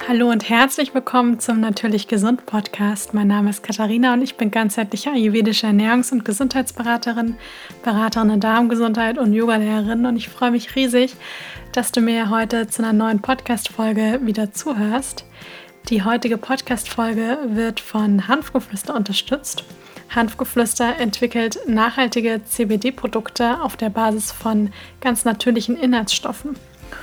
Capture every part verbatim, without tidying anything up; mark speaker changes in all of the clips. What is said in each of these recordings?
Speaker 1: Hallo und herzlich willkommen zum Natürlich Gesund Podcast. Mein Name ist Katharina und ich bin ganzheitliche ayurvedische Ernährungs- und Gesundheitsberaterin, Beraterin in Darmgesundheit und Yogalehrerin, und ich freue mich riesig, dass du mir heute zu einer neuen Podcast-Folge wieder zuhörst. Die heutige Podcast-Folge wird von Hanfgeflüster unterstützt. Hanfgeflüster entwickelt nachhaltige C B D-Produkte auf der Basis von ganz natürlichen Inhaltsstoffen.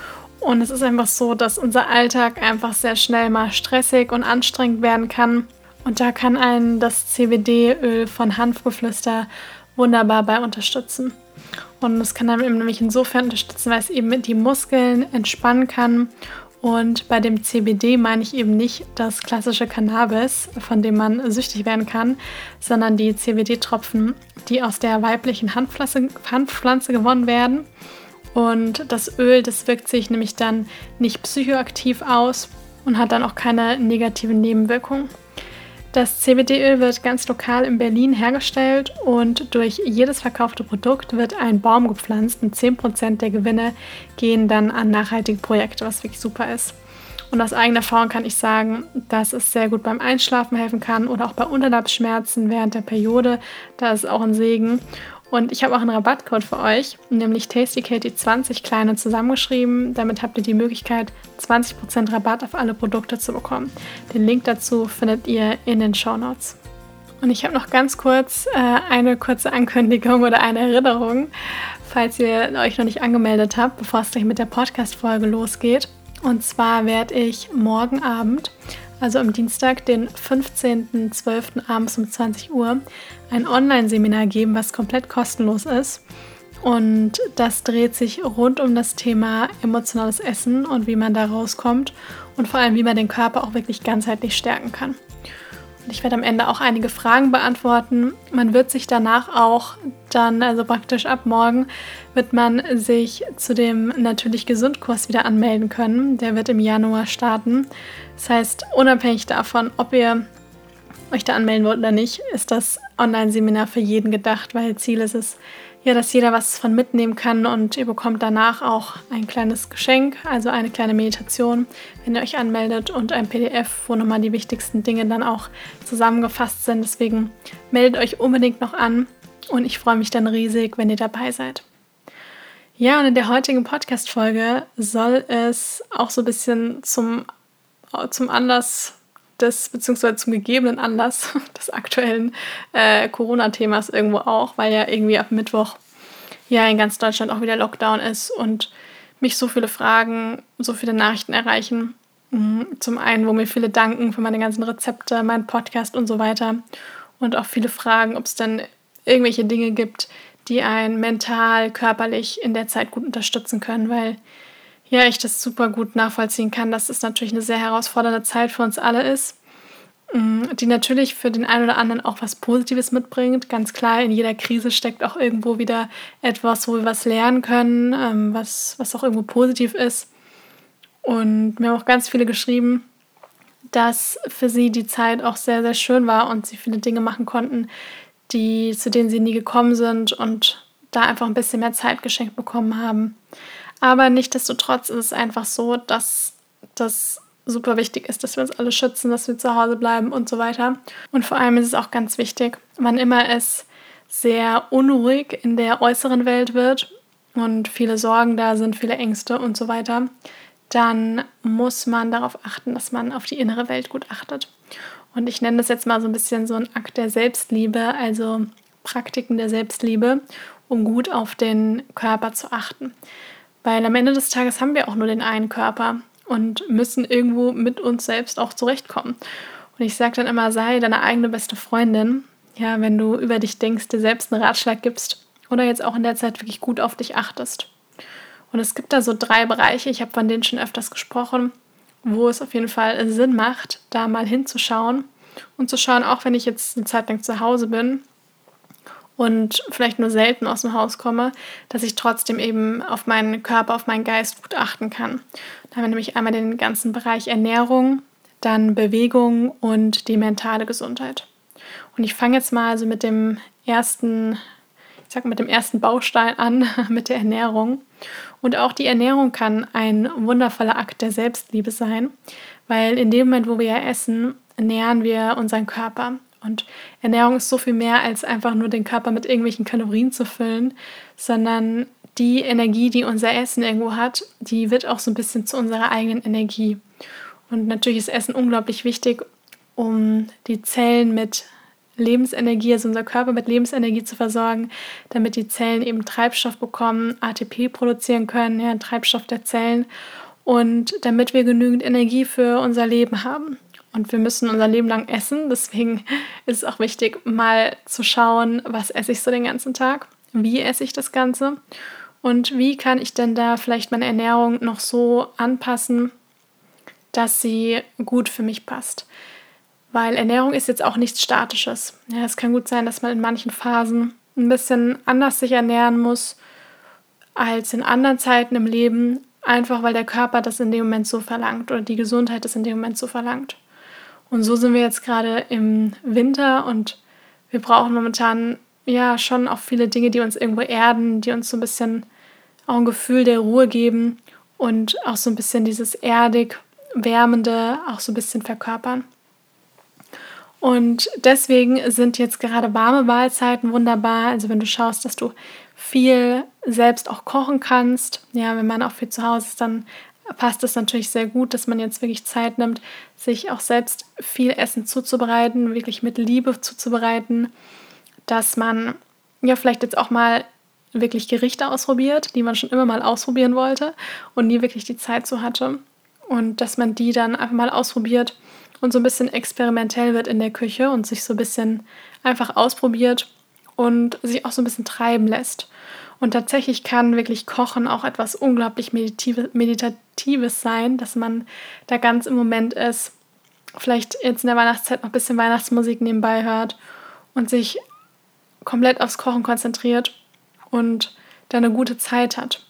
Speaker 1: Und es ist einfach so, dass unser Alltag einfach sehr schnell mal stressig und anstrengend werden kann. Und da kann einen das C B D-Öl von Hanfgeflüster wunderbar bei unterstützen. Und es kann einem nämlich insofern unterstützen, weil es eben die Muskeln entspannen kann. Und bei dem C B D meine ich eben nicht das klassische Cannabis, von dem man süchtig werden kann, sondern die C B D-Tropfen, die aus der weiblichen Hanfpflanze, Hanfpflanze gewonnen werden. Und das Öl, das wirkt sich nämlich dann nicht psychoaktiv aus und hat dann auch keine negativen Nebenwirkungen. Das C B D-Öl wird ganz lokal in Berlin hergestellt und durch jedes verkaufte Produkt wird ein Baum gepflanzt und zehn Prozent der Gewinne gehen dann an nachhaltige Projekte, was wirklich super ist. Und aus eigener Erfahrung kann ich sagen, dass es sehr gut beim Einschlafen helfen kann oder auch bei Unterleibsschmerzen während der Periode. Da ist es auch ein Segen. Und ich habe auch einen Rabattcode für euch, nämlich TastyKatie zwanzig, klein und zusammengeschrieben. Damit habt ihr die Möglichkeit, zwanzig Prozent Rabatt auf alle Produkte zu bekommen. Den Link dazu findet ihr in den Shownotes. Und ich habe noch ganz kurz äh, eine kurze Ankündigung oder eine Erinnerung, falls ihr euch noch nicht angemeldet habt, bevor es gleich mit der Podcast-Folge losgeht. Und zwar werde ich morgen Abend, also am Dienstag, den fünfzehnten zwölften abends um zwanzig Uhr, ein Online-Seminar geben, was komplett kostenlos ist. Und das dreht sich rund um das Thema emotionales Essen und wie man da rauskommt und vor allem, wie man den Körper auch wirklich ganzheitlich stärken kann. Und ich werde am Ende auch einige Fragen beantworten. Man wird sich danach auch dann, also praktisch ab morgen, wird man sich zu dem Natürlich Gesund Kurs wieder anmelden können. Der wird im Januar starten. Das heißt, unabhängig davon, ob ihr euch da anmelden wollt oder nicht, ist das Online-Seminar für jeden gedacht, weil Ziel ist es, ja, dass jeder was von mitnehmen kann, und ihr bekommt danach auch ein kleines Geschenk, also eine kleine Meditation, wenn ihr euch anmeldet, und ein P D F, wo nochmal die wichtigsten Dinge dann auch zusammengefasst sind. Deswegen meldet euch unbedingt noch an und ich freue mich dann riesig, wenn ihr dabei seid. Ja, und in der heutigen Podcast-Folge soll es auch so ein bisschen zum, zum Anlass des, beziehungsweise zum gegebenen Anlass des aktuellen äh, Corona-Themas irgendwo auch, weil ja irgendwie ab Mittwoch ja in ganz Deutschland auch wieder Lockdown ist und mich so viele Fragen, so viele Nachrichten erreichen. Zum einen, wo mir viele danken für meine ganzen Rezepte, meinen Podcast und so weiter, und auch viele Fragen, ob es denn irgendwelche Dinge gibt, die einen mental, körperlich in der Zeit gut unterstützen können, weil ja, ich das super gut nachvollziehen kann, dass es natürlich eine sehr herausfordernde Zeit für uns alle ist, die natürlich für den einen oder anderen auch was Positives mitbringt. Ganz klar, in jeder Krise steckt auch irgendwo wieder etwas, wo wir was lernen können, was, was auch irgendwo positiv ist. Und mir haben auch ganz viele geschrieben, dass für sie die Zeit auch sehr, sehr schön war und sie viele Dinge machen konnten, die, zu denen sie nie gekommen sind, und da einfach ein bisschen mehr Zeit geschenkt bekommen haben. Aber nichtsdestotrotz ist es einfach so, dass das super wichtig ist, dass wir uns alle schützen, dass wir zu Hause bleiben und so weiter. Und vor allem ist es auch ganz wichtig, wann immer es sehr unruhig in der äußeren Welt wird und viele Sorgen da sind, viele Ängste und so weiter, dann muss man darauf achten, dass man auf die innere Welt gut achtet. Und ich nenne das jetzt mal so ein bisschen so ein Akt der Selbstliebe, also Praktiken der Selbstliebe, um gut auf den Körper zu achten. Weil am Ende des Tages haben wir auch nur den einen Körper und müssen irgendwo mit uns selbst auch zurechtkommen. Und ich sage dann immer, sei deine eigene beste Freundin, ja, wenn du über dich denkst, dir selbst einen Ratschlag gibst oder jetzt auch in der Zeit wirklich gut auf dich achtest. Und es gibt da so drei Bereiche, ich habe von denen schon öfters gesprochen, wo es auf jeden Fall Sinn macht, da mal hinzuschauen und zu schauen, auch wenn ich jetzt eine Zeit lang zu Hause bin und vielleicht nur selten aus dem Haus komme, dass ich trotzdem eben auf meinen Körper, auf meinen Geist gut achten kann. Da haben wir nämlich einmal den ganzen Bereich Ernährung, dann Bewegung und die mentale Gesundheit. Und ich fange jetzt mal also mit dem ersten, ich sag mal, mit dem ersten Baustein an, mit der Ernährung. Und auch die Ernährung kann ein wundervoller Akt der Selbstliebe sein, weil in dem Moment, wo wir ja essen, ernähren wir unseren Körper. Und Ernährung ist so viel mehr, als einfach nur den Körper mit irgendwelchen Kalorien zu füllen, sondern die Energie, die unser Essen irgendwo hat, die wird auch so ein bisschen zu unserer eigenen Energie. Und natürlich ist Essen unglaublich wichtig, um die Zellen mit Lebensenergie, also unser Körper mit Lebensenergie zu versorgen, damit die Zellen eben Treibstoff bekommen, A T P produzieren können, ja, Treibstoff der Zellen, und damit wir genügend Energie für unser Leben haben. Und wir müssen unser Leben lang essen, deswegen ist es auch wichtig, mal zu schauen, was esse ich so den ganzen Tag, wie esse ich das Ganze und wie kann ich denn da vielleicht meine Ernährung noch so anpassen, dass sie gut für mich passt. Weil Ernährung ist jetzt auch nichts Statisches. Ja, es kann gut sein, dass man in manchen Phasen ein bisschen anders sich ernähren muss als in anderen Zeiten im Leben, einfach weil der Körper das in dem Moment so verlangt oder die Gesundheit das in dem Moment so verlangt. Und so sind wir jetzt gerade im Winter und wir brauchen momentan ja schon auch viele Dinge, die uns irgendwo erden, die uns so ein bisschen auch ein Gefühl der Ruhe geben und auch so ein bisschen dieses erdig Wärmende auch so ein bisschen verkörpern. Und deswegen sind jetzt gerade warme Mahlzeiten wunderbar. Also wenn du schaust, dass du viel selbst auch kochen kannst. Ja, wenn man auch viel zu Hause ist, dann passt es natürlich sehr gut, dass man jetzt wirklich Zeit nimmt, sich auch selbst viel Essen zuzubereiten, wirklich mit Liebe zuzubereiten, dass man ja vielleicht jetzt auch mal wirklich Gerichte ausprobiert, die man schon immer mal ausprobieren wollte und nie wirklich die Zeit so hatte. Und dass man die dann einfach mal ausprobiert und so ein bisschen experimentell wird in der Küche und sich so ein bisschen einfach ausprobiert und sich auch so ein bisschen treiben lässt. Und tatsächlich kann wirklich Kochen auch etwas unglaublich Meditatives sein, dass man da ganz im Moment ist, vielleicht jetzt in der Weihnachtszeit noch ein bisschen Weihnachtsmusik nebenbei hört und sich komplett aufs Kochen konzentriert und da eine gute Zeit hat.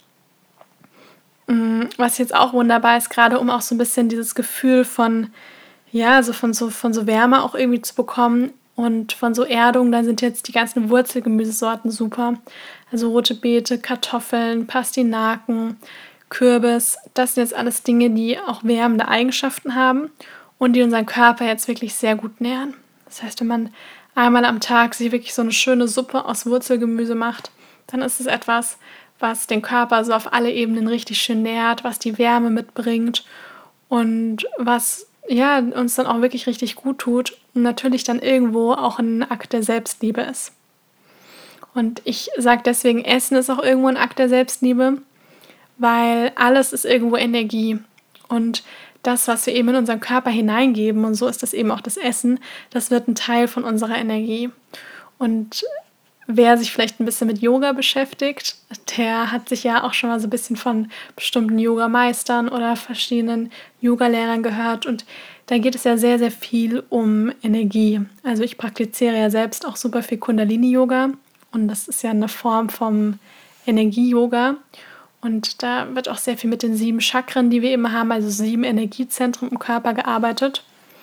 Speaker 1: Was jetzt auch wunderbar ist, gerade um auch so ein bisschen dieses Gefühl von, ja, also von so, von so Wärme auch irgendwie zu bekommen und von so Erdung, dann sind jetzt die ganzen Wurzelgemüsesorten super. Also rote Beete, Kartoffeln, Pastinaken, Kürbis, das sind jetzt alles Dinge, die auch wärmende Eigenschaften haben und die unseren Körper jetzt wirklich sehr gut nähren. Das heißt, wenn man einmal am Tag sich wirklich so eine schöne Suppe aus Wurzelgemüse macht, dann ist es etwas, was den Körper so auf alle Ebenen richtig schön nährt, was die Wärme mitbringt und was ja, uns dann auch wirklich richtig gut tut und natürlich dann irgendwo auch ein Akt der Selbstliebe ist. Und ich sage deswegen, Essen ist auch irgendwo ein Akt der Selbstliebe, weil alles ist irgendwo Energie. Und das, was wir eben in unseren Körper hineingeben, und so ist das eben auch das Essen, das wird ein Teil von unserer Energie. Und wer sich vielleicht ein bisschen mit Yoga beschäftigt, der hat sich ja auch schon mal so ein bisschen von bestimmten Yoga-Meistern oder verschiedenen Yoga-Lehrern gehört. Und da geht es ja sehr, sehr viel um Energie. Also ich praktiziere ja selbst auch super viel Kundalini-Yoga. Und das ist ja eine Form vom Energie-Yoga. Und da wird auch sehr viel mit den sieben Chakren, die wir eben haben, also sieben Energiezentren im Körper gearbeitet.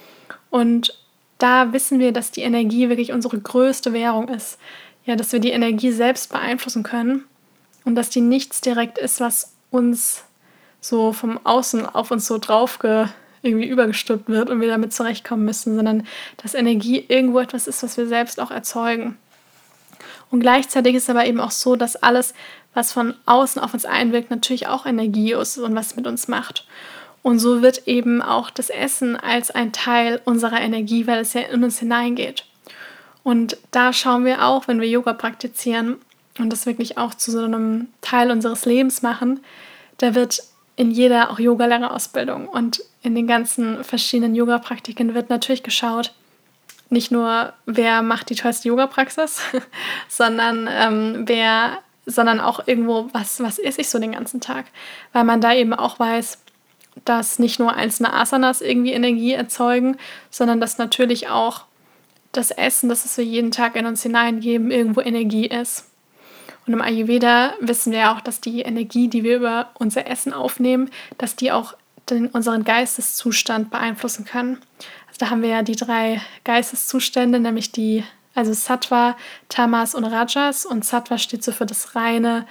Speaker 1: Und da wissen wir, dass die Energie wirklich unsere größte Währung ist. Ja, dass wir die Energie selbst beeinflussen können und dass die nichts direkt ist, was uns so vom Außen auf uns so drauf ge, irgendwie übergestülpt wird und wir damit zurechtkommen müssen, sondern dass Energie irgendwo etwas ist, was wir selbst auch erzeugen. Und gleichzeitig ist es aber eben auch so, dass alles, was von außen auf uns einwirkt, natürlich auch Energie ist und was mit uns macht. Und so wird eben auch das Essen als ein Teil unserer Energie, weil es ja in uns hineingeht. Und da schauen wir auch, wenn wir Yoga praktizieren und das wirklich auch zu so einem Teil unseres Lebens machen, da wird in jeder auch Yogalehrerausbildung und in den ganzen verschiedenen Yoga-Praktiken wird natürlich geschaut, nicht nur, wer macht die tollste Yoga-Praxis, sondern ähm, wer, sondern auch irgendwo, was, was esse ich so den ganzen Tag. Weil man da eben auch weiß, dass nicht nur einzelne Asanas irgendwie Energie erzeugen, sondern dass natürlich auch das Essen, das wir jeden Tag in uns hineingeben, irgendwo Energie ist. Und im Ayurveda wissen wir auch, dass die Energie, die wir über unser Essen aufnehmen, dass die auch den, unseren Geisteszustand beeinflussen kann. Also da haben wir ja die drei Geisteszustände, nämlich die Also Sattva, Tamas und Rajas. Und Sattva steht so für das Reine,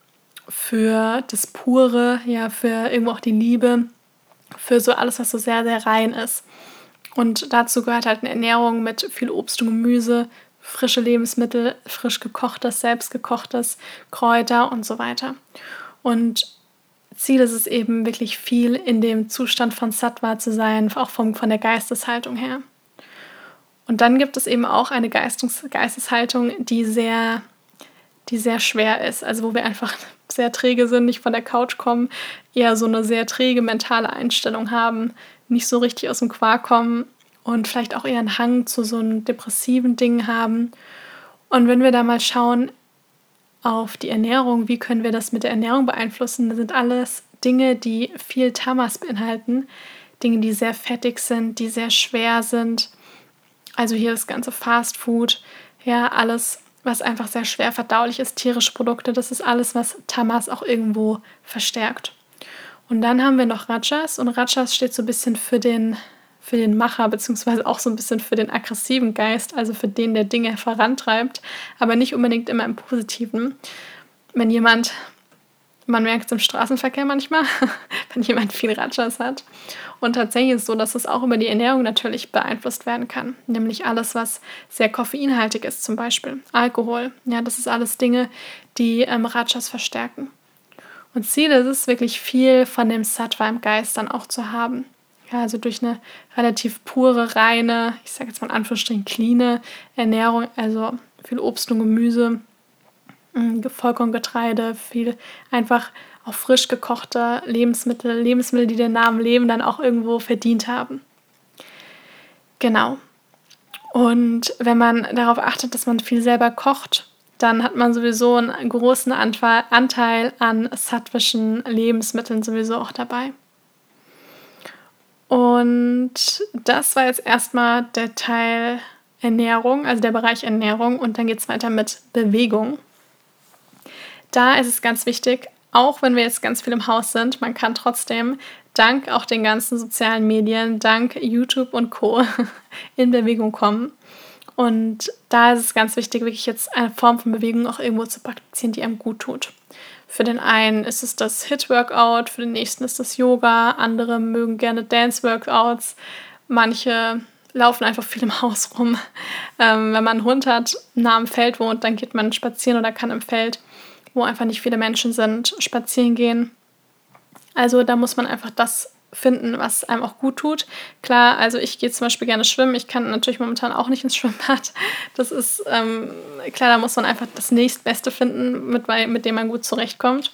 Speaker 1: für das Pure, ja, für irgendwo auch die Liebe, für so alles, was so sehr, sehr rein ist. Und dazu gehört halt eine Ernährung mit viel Obst und Gemüse, frische Lebensmittel, frisch gekochtes, selbstgekochtes, Kräuter und so weiter. Und Ziel ist es eben wirklich viel in dem Zustand von Sattva zu sein, auch vom, von der Geisteshaltung her. Und dann gibt es eben auch eine Geistes, Geisteshaltung, die sehr, die sehr schwer ist, also wo wir einfach sehr träge sind, nicht von der Couch kommen, eher so eine sehr träge mentale Einstellung haben, nicht so richtig aus dem Quark kommen und vielleicht auch eher einen Hang zu so einem depressiven Ding haben. Und wenn wir da mal schauen auf die Ernährung, wie können wir das mit der Ernährung beeinflussen, das sind alles Dinge, die viel Tamas beinhalten, Dinge, die sehr fettig sind, die sehr schwer sind. Also hier das ganze Fast Food, ja, alles, was einfach sehr schwer verdaulich ist, tierische Produkte, das ist alles, was Tamas auch irgendwo verstärkt. Und dann haben wir noch Rajas und Rajas steht so ein bisschen für den, für den Macher, beziehungsweise auch so ein bisschen für den aggressiven Geist, also für den, der Dinge vorantreibt, aber nicht unbedingt immer im Positiven. Wenn jemand, man merkt es im Straßenverkehr manchmal, wenn jemand viel Rajas hat. Und tatsächlich ist es so, dass es auch über die Ernährung natürlich beeinflusst werden kann. Nämlich alles, was sehr koffeinhaltig ist, zum Beispiel Alkohol. Ja, das ist alles Dinge, die ähm, Rajas verstärken. Und Ziel ist es, wirklich viel von dem Sattva im Geist dann auch zu haben. Ja, also durch eine relativ pure, reine, ich sage jetzt mal in Anführungsstrichen, cleane Ernährung, also viel Obst und Gemüse, Vollkorngetreide, viel einfach auch frisch gekochte Lebensmittel, Lebensmittel, die den Namen Leben dann auch irgendwo verdient haben. Genau. Und wenn man darauf achtet, dass man viel selber kocht, dann hat man sowieso einen großen Anteil an sattvischen Lebensmitteln sowieso auch dabei. Und das war jetzt erstmal der Teil Ernährung, also der Bereich Ernährung. Und dann geht es weiter mit Bewegung. Da ist es ganz wichtig, auch wenn wir jetzt ganz viel im Haus sind, man kann trotzdem dank auch den ganzen sozialen Medien, dank YouTube und Co. in Bewegung kommen. Und da ist es ganz wichtig, wirklich jetzt eine Form von Bewegung auch irgendwo zu praktizieren, die einem gut tut. Für den einen ist es das H I I T-Workout, für den nächsten ist das Yoga, andere mögen gerne Dance-Workouts, manche laufen einfach viel im Haus rum. Ähm, wenn man einen Hund hat, nah am Feld wohnt, dann geht man spazieren oder kann im Feld, wo einfach nicht viele Menschen sind, spazieren gehen. Also da muss man einfach das finden, was einem auch gut tut. Klar, also ich gehe zum Beispiel gerne schwimmen. Ich kann natürlich momentan auch nicht ins Schwimmbad. Das ist, ähm, klar, da muss man einfach das nächstbeste finden, mit, mit dem man gut zurechtkommt.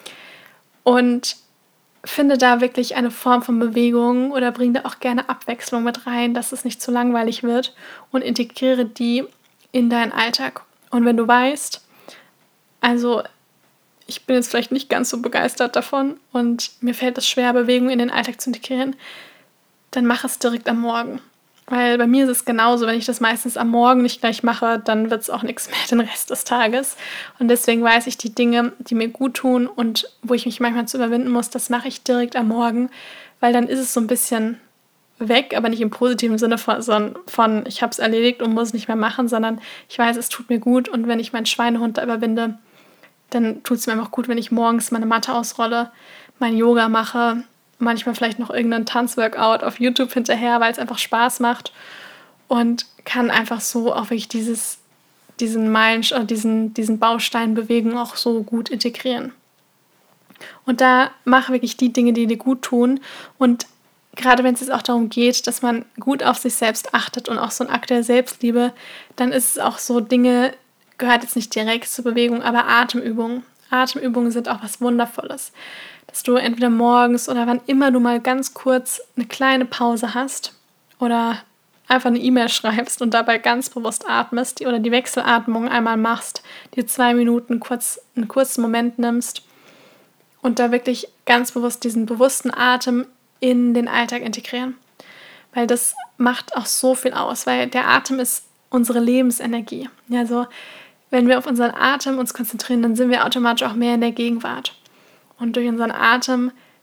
Speaker 1: Und finde da wirklich eine Form von Bewegung oder bring da auch gerne Abwechslung mit rein, dass es nicht zu langweilig wird und integriere die in deinen Alltag. Und wenn du weißt, also ich bin jetzt vielleicht nicht ganz so begeistert davon und mir fällt es schwer, Bewegung in den Alltag zu integrieren, dann mach es direkt am Morgen. Weil bei mir ist es genauso, wenn ich das meistens am Morgen nicht gleich mache, dann wird es auch nichts mehr den Rest des Tages. Und deswegen weiß ich, die Dinge, die mir gut tun und wo ich mich manchmal zu überwinden muss, das mache ich direkt am Morgen, weil dann ist es so ein bisschen weg, aber nicht im positiven Sinne von, von ich habe es erledigt und muss es nicht mehr machen, sondern ich weiß, es tut mir gut und wenn ich meinen Schweinehund da überwinde, dann tut es mir einfach gut, wenn ich morgens meine Matte ausrolle, mein Yoga mache, manchmal vielleicht noch irgendeinen Tanzworkout auf YouTube hinterher, weil es einfach Spaß macht und kann einfach so auch wirklich dieses, diesen Meilenstein oder diesen, diesen Baustein Bewegung auch so gut integrieren. Und da mache wirklich die Dinge, die dir gut tun und gerade wenn es jetzt auch darum geht, dass man gut auf sich selbst achtet und auch so ein Akt der Selbstliebe, dann ist es auch so Dinge, gehört jetzt nicht direkt zur Bewegung, aber Atemübungen. Atemübungen sind auch was Wundervolles. Dass du entweder morgens oder wann immer du mal ganz kurz eine kleine Pause hast oder einfach eine E-Mail schreibst und dabei ganz bewusst atmest oder die Wechselatmung einmal machst, dir zwei Minuten kurz einen kurzen Moment nimmst und da wirklich ganz bewusst diesen bewussten Atem in den Alltag integrieren. Weil das macht auch so viel aus, weil der Atem ist unsere Lebensenergie. Also wenn wir auf unseren Atem uns konzentrieren, dann sind wir automatisch auch mehr in der Gegenwart. Und durch unseren Atem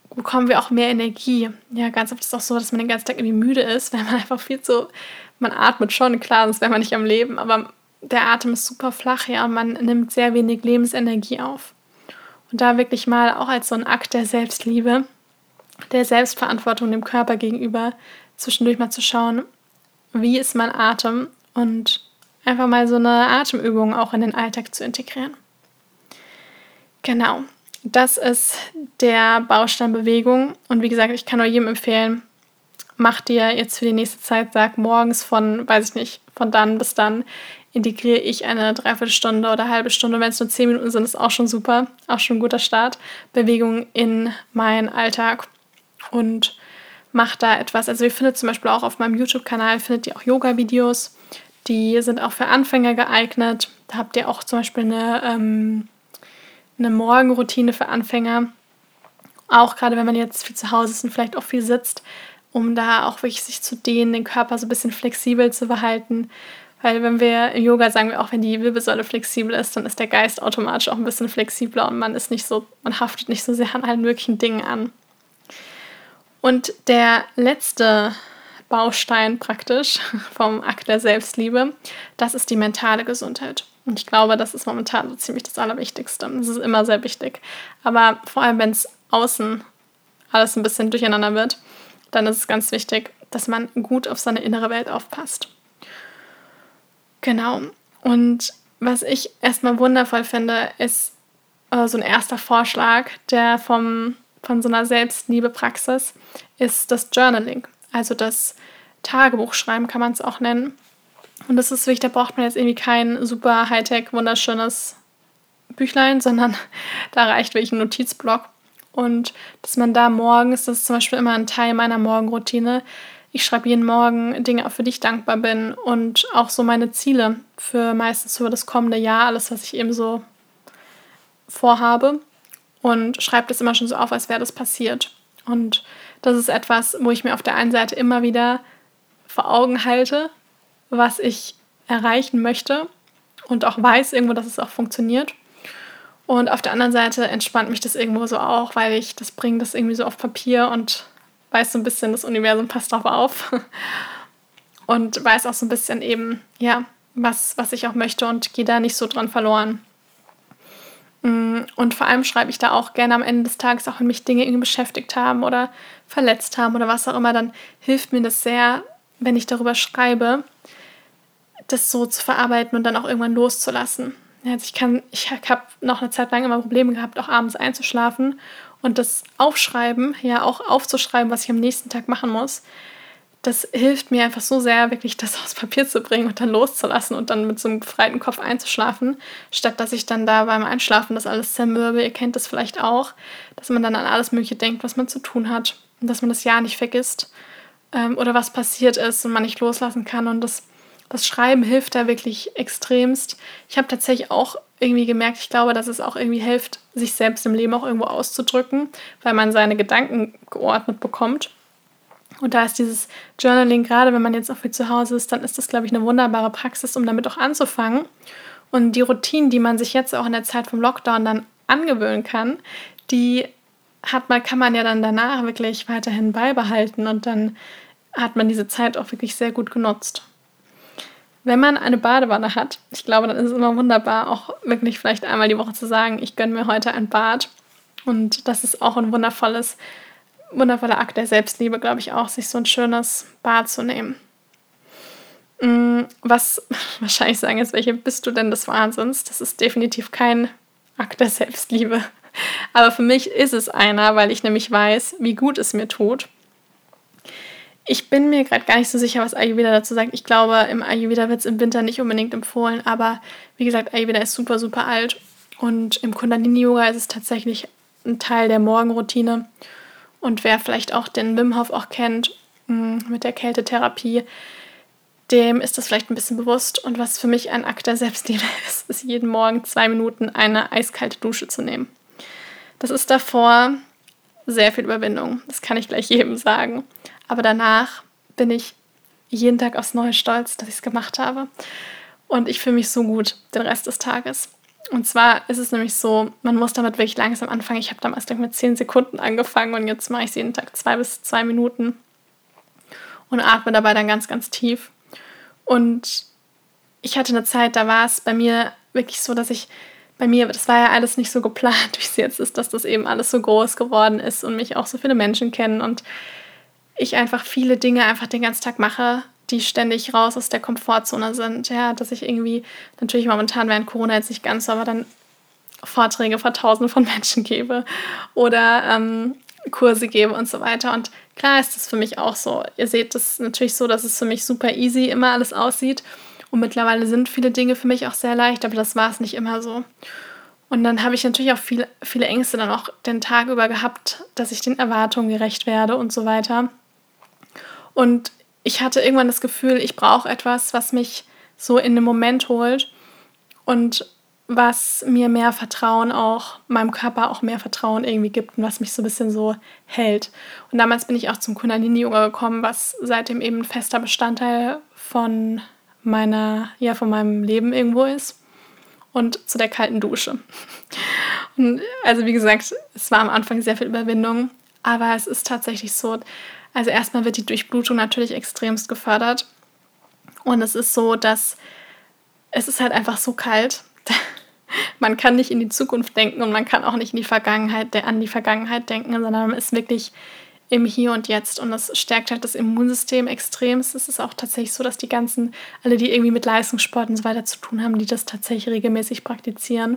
Speaker 1: bekommen wir auch mehr Energie. Ja, ganz oft ist es auch so, dass man den ganzen Tag irgendwie müde ist, weil man einfach viel zu, man atmet schon, klar, sonst wäre man nicht am Leben, aber der Atem ist super flach, ja, und man nimmt sehr wenig Lebensenergie auf. Und da wirklich mal auch als so ein Akt der Selbstliebe, der Selbstverantwortung dem Körper gegenüber, zwischendurch mal zu schauen, wie ist mein Atem und einfach mal so eine Atemübung auch in den Alltag zu integrieren. Genau, das ist der Baustein Bewegung und wie gesagt, ich kann nur jedem empfehlen, mach dir jetzt für die nächste Zeit, sag morgens von, weiß ich nicht, von dann bis dann integriere ich eine Dreiviertelstunde oder eine halbe Stunde, wenn es nur zehn Minuten sind, ist auch schon super, auch schon ein guter Start, Bewegung in meinen Alltag und mach da etwas. Also ihr findet zum Beispiel auch auf meinem YouTube-Kanal, findet ihr auch Yoga-Videos, die sind auch für Anfänger geeignet. Da habt ihr auch zum Beispiel eine, ähm, eine Morgenroutine für Anfänger, auch gerade wenn man jetzt viel zu Hause ist und vielleicht auch viel sitzt, um da auch wirklich sich zu dehnen, den Körper so ein bisschen flexibel zu behalten. Weil wenn wir im Yoga sagen wir auch, wenn die Wirbelsäule flexibel ist, dann ist der Geist automatisch auch ein bisschen flexibler und man ist nicht so, man haftet nicht so sehr an allen möglichen Dingen an. Und der letzte Baustein praktisch vom Akt der Selbstliebe, das ist die mentale Gesundheit. Und ich glaube, das ist momentan so ziemlich das Allerwichtigste. Das ist immer sehr wichtig. Aber vor allem, wenn es außen alles ein bisschen durcheinander wird, dann ist es ganz wichtig, dass man gut auf seine innere Welt aufpasst. Genau. Und was ich erstmal wundervoll finde, ist äh, so ein erster Vorschlag, der vom, von so einer Selbstliebe-Praxis ist das Journaling. Also das Tagebuchschreiben kann man es auch nennen. Und das ist wichtig, da braucht man jetzt irgendwie kein super Hightech, wunderschönes Büchlein, sondern da reicht wirklich ein Notizblock. Und dass man da morgens, das ist zum Beispiel immer ein Teil meiner Morgenroutine, ich schreibe jeden Morgen Dinge, für die ich dankbar bin und auch so meine Ziele für meistens für das kommende Jahr, alles, was ich eben so vorhabe und schreibe das immer schon so auf, als wäre das passiert. Und das ist etwas, wo ich mir auf der einen Seite immer wieder vor Augen halte, was ich erreichen möchte und auch weiß irgendwo, dass es auch funktioniert. Und auf der anderen Seite entspannt mich das irgendwo so auch, weil ich das bringe das irgendwie so auf Papier und weiß so ein bisschen, das Universum passt drauf auf und weiß auch so ein bisschen eben, ja, was, was ich auch möchte und gehe da nicht so dran verloren. Und vor allem schreibe ich da auch gerne am Ende des Tages, auch wenn mich Dinge irgendwie beschäftigt haben oder verletzt haben oder was auch immer, dann hilft mir das sehr, wenn ich darüber schreibe, das so zu verarbeiten und dann auch irgendwann loszulassen. Also ich kann, ich habe noch eine Zeit lang immer Probleme gehabt, auch abends einzuschlafen. Und das Aufschreiben, ja auch aufzuschreiben, was ich am nächsten Tag machen muss, das hilft mir einfach so sehr, wirklich das aufs Papier zu bringen und dann loszulassen und dann mit so einem befreiten Kopf einzuschlafen, statt dass ich dann da beim Einschlafen das alles zermürbe. Ihr kennt das vielleicht auch, dass man dann an alles Mögliche denkt, was man zu tun hat und dass man das ja nicht vergisst ähm, oder was passiert ist und man nicht loslassen kann. Und das, das Schreiben hilft da wirklich extremst. Ich habe tatsächlich auch irgendwie gemerkt, ich glaube, dass es auch irgendwie hilft, sich selbst im Leben auch irgendwo auszudrücken, weil man seine Gedanken geordnet bekommt. Und da ist dieses Journaling, gerade wenn man jetzt auch viel zu Hause ist, dann ist das, glaube ich, eine wunderbare Praxis, um damit auch anzufangen. Und die Routinen, die man sich jetzt auch in der Zeit vom Lockdown dann angewöhnen kann, die hat man, kann man ja dann danach wirklich weiterhin beibehalten und dann hat man diese Zeit auch wirklich sehr gut genutzt. Wenn man eine Badewanne hat, ich glaube, dann ist es immer wunderbar, auch wirklich vielleicht einmal die Woche zu sagen, ich gönne mir heute ein Bad. Und das ist auch ein wundervolles, wundervoller Akt der Selbstliebe, glaube ich auch, sich so ein schönes Bad zu nehmen. Was wahrscheinlich sagen jetzt, welche bist du denn des Wahnsinns? Das ist definitiv kein Akt der Selbstliebe. Aber für mich ist es einer, weil ich nämlich weiß, wie gut es mir tut. Ich bin mir gerade gar nicht so sicher, was Ayurveda dazu sagt. Ich glaube, im Ayurveda wird es im Winter nicht unbedingt empfohlen, aber wie gesagt, Ayurveda ist super, super alt und im Kundalini-Yoga ist es tatsächlich ein Teil der Morgenroutine. Und wer vielleicht auch den Wim Hof auch kennt mit der Kältetherapie, dem ist das vielleicht ein bisschen bewusst. Und was für mich ein Akt der Selbstliebe ist, ist jeden Morgen zwei Minuten eine eiskalte Dusche zu nehmen. Das ist davor sehr viel Überwindung, das kann ich gleich jedem sagen. Aber danach bin ich jeden Tag aufs Neue stolz, dass ich es gemacht habe. Und ich fühle mich so gut den Rest des Tages. Und zwar ist es nämlich so, man muss damit wirklich langsam anfangen. Ich habe damals denk, mit zehn Sekunden angefangen und jetzt mache ich jeden Tag zwei bis zwei Minuten und atme dabei dann ganz, ganz tief. Und ich hatte eine Zeit, da war es bei mir wirklich so, dass ich, bei mir, das war ja alles nicht so geplant, wie es jetzt ist, dass das eben alles so groß geworden ist und mich auch so viele Menschen kennen und ich einfach viele Dinge einfach den ganzen Tag mache, die ständig raus aus der Komfortzone sind. Ja, dass ich irgendwie, natürlich momentan während Corona jetzt nicht ganz so, aber dann Vorträge vor Tausenden von Menschen gebe oder ähm, Kurse gebe und so weiter. Und klar ist das für mich auch so. Ihr seht das natürlich so, dass es für mich super easy immer alles aussieht. Und mittlerweile sind viele Dinge für mich auch sehr leicht, aber das war es nicht immer so. Und dann habe ich natürlich auch viel, viele Ängste dann auch den Tag über gehabt, dass ich den Erwartungen gerecht werde und so weiter. Und ich hatte irgendwann das Gefühl, ich brauche etwas, was mich so in den Moment holt und was mir mehr Vertrauen auch, meinem Körper auch mehr Vertrauen irgendwie gibt und was mich so ein bisschen so hält. Und damals bin ich auch zum Kundalini-Yoga gekommen, was seitdem eben ein fester Bestandteil von meiner, ja, von meinem Leben irgendwo ist. Und zu der kalten Dusche. Und also wie gesagt, es war am Anfang sehr viel Überwindung, aber es ist tatsächlich so, also erstmal wird die Durchblutung natürlich extremst gefördert und es ist so, dass es ist halt einfach so kalt. Man kann nicht in die Zukunft denken und man kann auch nicht in die Vergangenheit, an die Vergangenheit denken, sondern man ist wirklich im Hier und Jetzt und das stärkt halt das Immunsystem extrem. Es ist auch tatsächlich so, dass die ganzen, alle, die irgendwie mit Leistungssport und so weiter zu tun haben, die das tatsächlich regelmäßig praktizieren.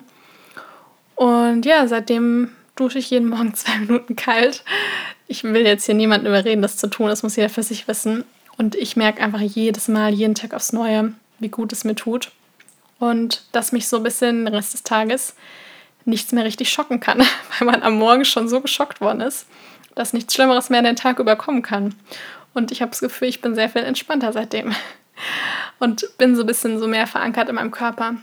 Speaker 1: Und ja, seitdem dusche ich jeden Morgen zwei Minuten kalt. Ich will jetzt hier niemanden überreden, das zu tun, das muss jeder für sich wissen. Und ich merke einfach jedes Mal, jeden Tag aufs Neue, wie gut es mir tut. Und dass mich so ein bisschen den Rest des Tages nichts mehr richtig schocken kann, weil man am Morgen schon so geschockt worden ist, dass nichts Schlimmeres mehr den Tag überkommen kann. Und ich habe das Gefühl, ich bin sehr viel entspannter seitdem. Und bin so ein bisschen so mehr verankert in meinem Körper.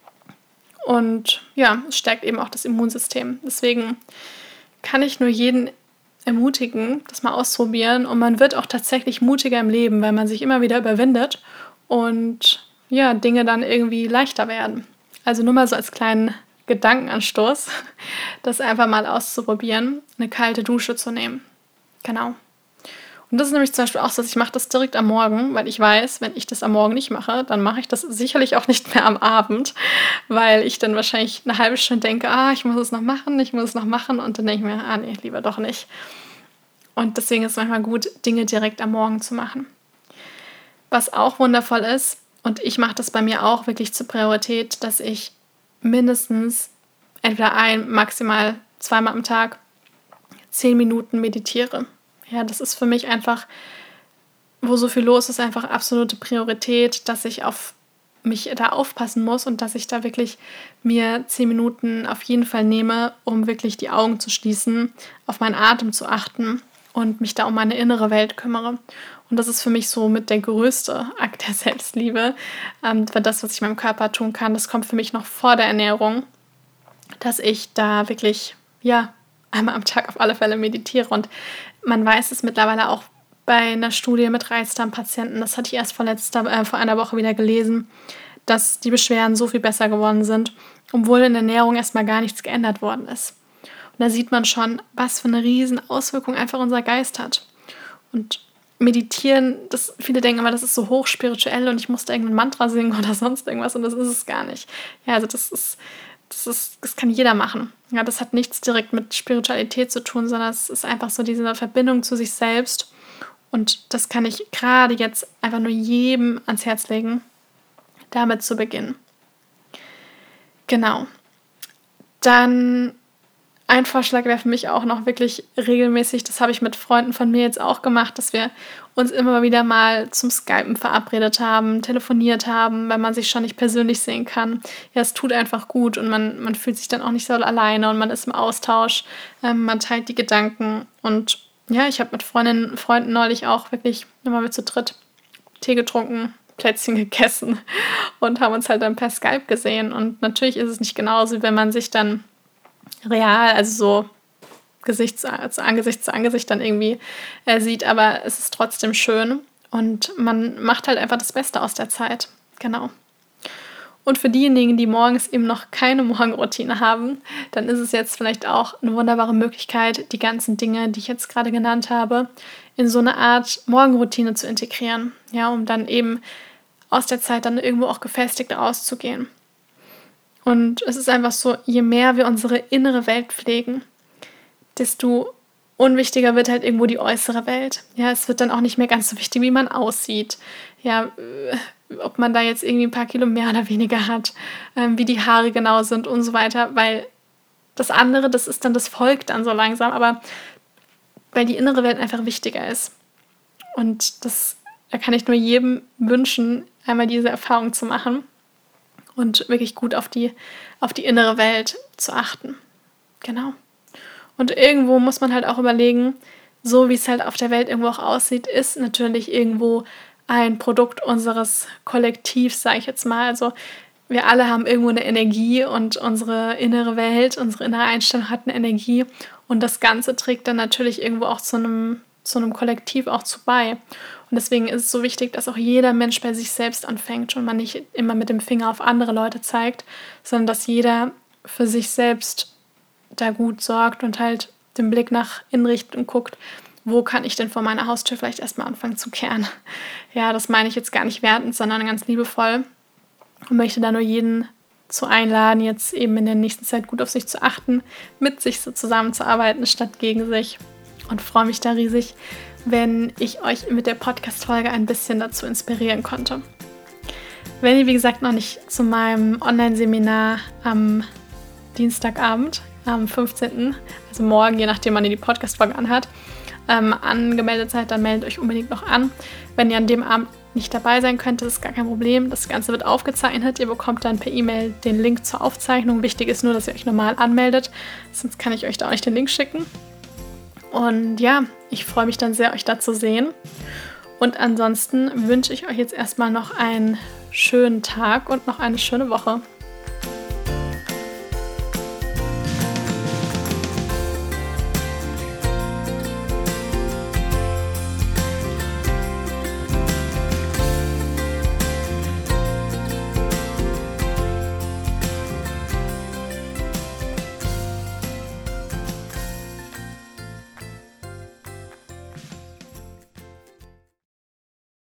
Speaker 1: Und ja, es stärkt eben auch das Immunsystem. Deswegen kann ich nur jeden ermutigen, das mal auszuprobieren. Und man wird auch tatsächlich mutiger im Leben, weil man sich immer wieder überwindet und ja, Dinge dann irgendwie leichter werden. Also nur mal so als kleinen Gedankenanstoß, das einfach mal auszuprobieren, eine kalte Dusche zu nehmen. Genau. Und das ist nämlich zum Beispiel auch so, dass ich mache das direkt am Morgen, weil ich weiß, wenn ich das am Morgen nicht mache, dann mache ich das sicherlich auch nicht mehr am Abend, weil ich dann wahrscheinlich eine halbe Stunde denke, ah, ich muss es noch machen, ich muss es noch machen und dann denke ich mir, ah nee, lieber doch nicht. Und deswegen ist es manchmal gut, Dinge direkt am Morgen zu machen. Was auch wundervoll ist, und ich mache das bei mir auch wirklich zur Priorität, dass ich mindestens entweder ein, maximal zweimal am Tag zehn Minuten meditiere. Ja, das ist für mich einfach, wo so viel los ist, einfach absolute Priorität, dass ich auf mich da aufpassen muss und dass ich da wirklich mir zehn Minuten auf jeden Fall nehme, um wirklich die Augen zu schließen, auf meinen Atem zu achten und mich da um meine innere Welt kümmere. Und das ist für mich so mit der größte Akt der Selbstliebe. Ähm, für das, was ich meinem Körper tun kann, das kommt für mich noch vor der Ernährung, dass ich da wirklich, ja, einmal am Tag auf alle Fälle meditiere. Und man weiß es mittlerweile auch bei einer Studie mit Reizdarmpatienten, das hatte ich erst vor, letzter, äh, vor einer Woche wieder gelesen, dass die Beschwerden so viel besser geworden sind, obwohl in der Ernährung erstmal gar nichts geändert worden ist. Und da sieht man schon, was für eine riesen Auswirkung einfach unser Geist hat. Und Meditieren, das, viele denken immer, das ist so hochspirituell und ich muss da irgendein Mantra singen oder sonst irgendwas und das ist es gar nicht. Ja, also das ist, das ist, das kann jeder machen. Ja, das hat nichts direkt mit Spiritualität zu tun, sondern es ist einfach so diese Verbindung zu sich selbst und das kann ich gerade jetzt einfach nur jedem ans Herz legen, damit zu beginnen. Genau. Dann ein Vorschlag wäre für mich auch noch wirklich regelmäßig, das habe ich mit Freunden von mir jetzt auch gemacht, dass wir uns immer wieder mal zum Skypen verabredet haben, telefoniert haben, weil man sich schon nicht persönlich sehen kann. Ja, es tut einfach gut und man, man fühlt sich dann auch nicht so alleine und man ist im Austausch, ähm, man teilt die Gedanken und ja, ich habe mit Freundinnen, Freunden neulich auch wirklich immer mit zu dritt Tee getrunken, Plätzchen gegessen und haben uns halt dann per Skype gesehen und natürlich ist es nicht genauso, wie wenn man sich dann real, also so Gesicht zu, zu Angesicht zu Angesicht dann irgendwie äh, sieht, aber es ist trotzdem schön und man macht halt einfach das Beste aus der Zeit. Genau. Und für diejenigen, die morgens eben noch keine Morgenroutine haben, dann ist es jetzt vielleicht auch eine wunderbare Möglichkeit, die ganzen Dinge, die ich jetzt gerade genannt habe, in so eine Art Morgenroutine zu integrieren. Ja, um dann eben aus der Zeit dann irgendwo auch gefestigt rauszugehen. Und es ist einfach so, je mehr wir unsere innere Welt pflegen, desto unwichtiger wird halt irgendwo die äußere Welt. Ja, es wird dann auch nicht mehr ganz so wichtig, wie man aussieht. Ja, ob man da jetzt irgendwie ein paar Kilo mehr oder weniger hat, ähm, wie die Haare genau sind und so weiter, weil das andere, das ist dann, das folgt dann so langsam, aber weil die innere Welt einfach wichtiger ist. Und das, da kann ich nur jedem wünschen, einmal diese Erfahrung zu machen und wirklich gut auf die, auf die innere Welt zu achten. Genau. Und irgendwo muss man halt auch überlegen, so wie es halt auf der Welt irgendwo auch aussieht, ist natürlich irgendwo ein Produkt unseres Kollektivs, sage ich jetzt mal. Also wir alle haben irgendwo eine Energie und unsere innere Welt, unsere innere Einstellung hat eine Energie und das Ganze trägt dann natürlich irgendwo auch zu einem, zu einem Kollektiv auch zu bei. Und deswegen ist es so wichtig, dass auch jeder Mensch bei sich selbst anfängt und man nicht immer mit dem Finger auf andere Leute zeigt, sondern dass jeder für sich selbst da gut sorgt und halt den Blick nach innen richtet und guckt, wo kann ich denn vor meiner Haustür vielleicht erstmal anfangen zu kehren. Ja, das meine ich jetzt gar nicht wertend, sondern ganz liebevoll und möchte da nur jeden zu einladen, jetzt eben in der nächsten Zeit gut auf sich zu achten, mit sich so zusammenzuarbeiten statt gegen sich und freue mich da riesig, wenn ich euch mit der Podcast-Folge ein bisschen dazu inspirieren konnte. Wenn ihr, wie gesagt, noch nicht zu meinem Online-Seminar am Dienstagabend, am fünfzehnten, also morgen, je nachdem, wann ihr die Podcast-Folge anhört, ähm, angemeldet seid, dann meldet euch unbedingt noch an. Wenn ihr an dem Abend nicht dabei sein könnt, das ist gar kein Problem. Das Ganze wird aufgezeichnet. Ihr bekommt dann per E-Mail den Link zur Aufzeichnung. Wichtig ist nur, dass ihr euch normal anmeldet, sonst kann ich euch da auch nicht den Link schicken. Und ja, ich freue mich dann sehr, euch da zu sehen. Und ansonsten wünsche ich euch jetzt erstmal noch einen schönen Tag und noch eine schöne Woche.